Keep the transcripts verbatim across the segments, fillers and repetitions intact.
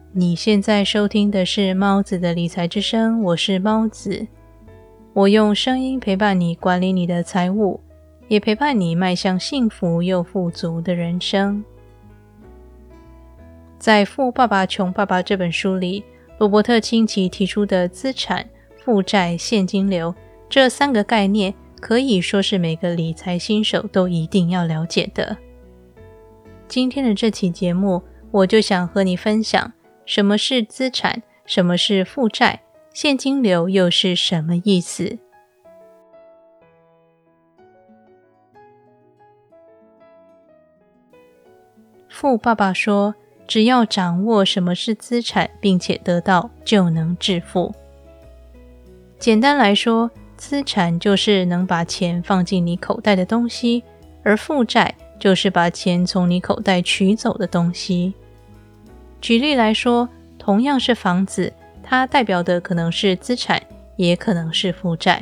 你现在收听的是猫子的理财之声，我是猫子。我用声音陪伴你管理你的财务，也陪伴你迈向幸福又富足的人生。在《富爸爸穷爸爸》这本书里，罗伯特清崎提出的资产、负债、现金流这三个概念，可以说是每个理财新手都一定要了解的。今天的这期节目，我就想和你分享什么是资产，什么是负债，现金流又是什么意思。富爸爸说，只要掌握什么是资产，并且得到，就能致富。简单来说，资产就是能把钱放进你口袋的东西，而负债就是把钱从你口袋取走的东西。举例来说，同样是房子，它代表的可能是资产，也可能是负债。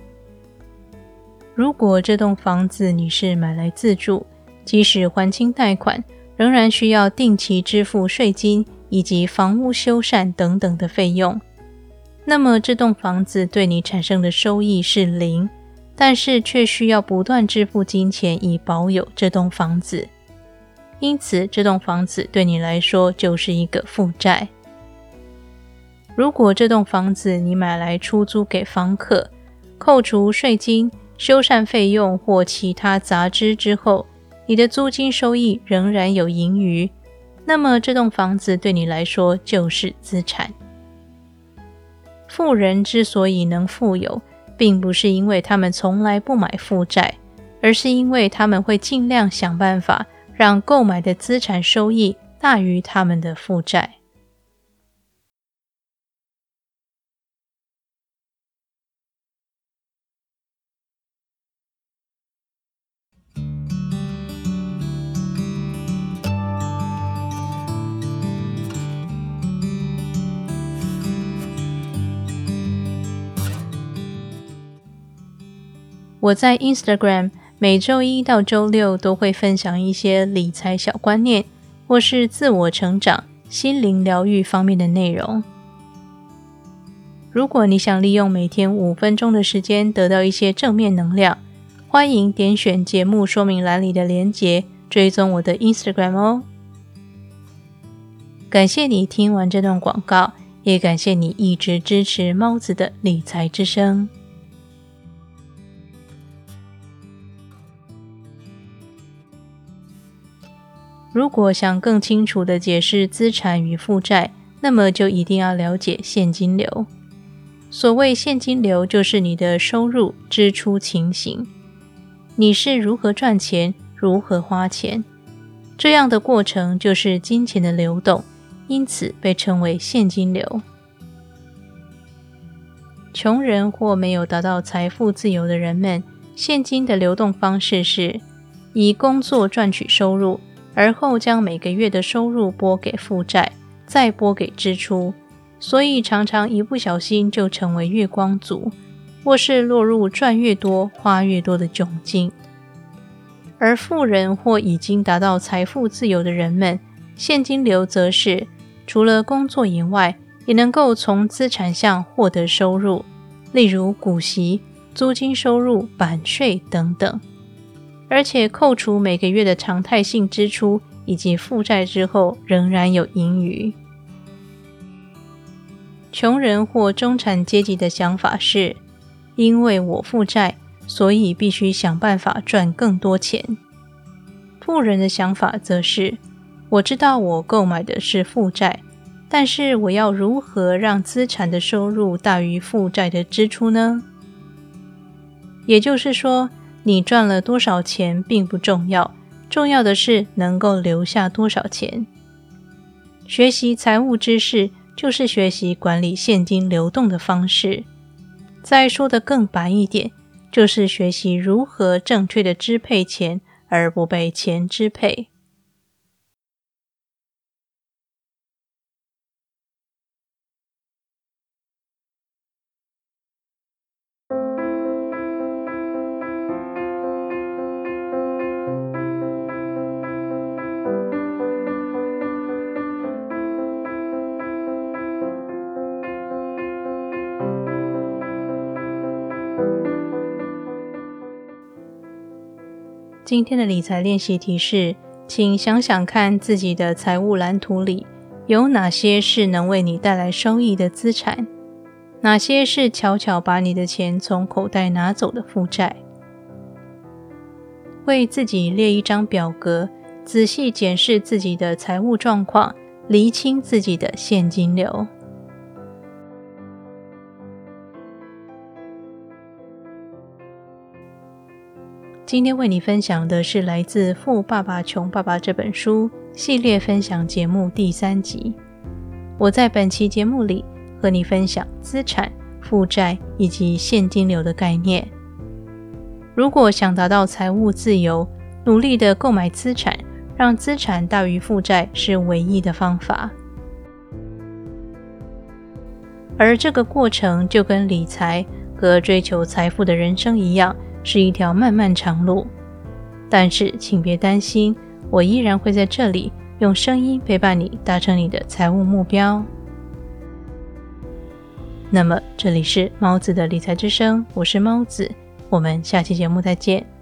如果这栋房子你是买来自住，即使还清贷款，仍然需要定期支付税金以及房屋修缮等等的费用，那么这栋房子对你产生的收益是零，但是却需要不断支付金钱以保有这栋房子。因此，这栋房子对你来说就是一个负债。如果这栋房子你买来出租给房客，扣除税金、修缮费用或其他杂支之后，你的租金收益仍然有盈余，那么这栋房子对你来说就是资产。富人之所以能富有，并不是因为他们从来不买负债，而是因为他们会尽量想办法让购买的资产收益大于他们的负债。我在 Instagram 每周一到周六都会分享一些理财小观念，或是自我成长、心灵疗愈方面的内容。如果你想利用每天五分钟的时间得到一些正面能量，欢迎点选节目说明栏里的连结，追踪我的 Instagram 哦。感谢你听完这段广告，也感谢你一直支持猫子的理财之声。如果想更清楚地解释资产与负债，那么就一定要了解现金流。所谓现金流，就是你的收入、支出情形，你是如何赚钱，如何花钱，这样的过程就是金钱的流动，因此被称为现金流。穷人或没有达到财富自由的人们，现金的流动方式是以工作赚取收入，而后将每个月的收入拨给负债，再拨给支出，所以常常一不小心就成为月光族，或是落入赚越多花越多的窘境。而富人或已经达到财富自由的人们，现金流则是除了工作以外，也能够从资产项获得收入，例如股息、租金收入、版税等等。而且扣除每个月的常态性支出以及负债之后，仍然有盈余。穷人或中产阶级的想法是，因为我负债，所以必须想办法赚更多钱。富人的想法则是，我知道我购买的是负债，但是我要如何让资产的收入大于负债的支出呢？也就是说，你赚了多少钱并不重要，重要的是能够留下多少钱。学习财务知识就是学习管理现金流动的方式。再说得更白一点，就是学习如何正确的支配钱，而不被钱支配。 今天的理财练习题是，请想想看自己的财务蓝图里有哪些是能为你带来收益的资产，哪些是悄悄把你的钱从口袋拿走的负债。为自己列一张表格，仔细检视自己的财务状况，厘清自己的现金流。今天为你分享的是来自《富爸爸穷爸爸》这本书系列分享节目第三集。我在本期节目里和你分享资产、负债以及现金流的概念。如果想达到财务自由，努力的购买资产，让资产大于负债是唯一的方法。而这个过程就跟理财和追求财富的人生一样，是一条漫漫长路。但是请别担心，我依然会在这里用声音陪伴你达成你的财务目标。那么这里是猫子的理财之声，我是猫子，我们下期节目再见。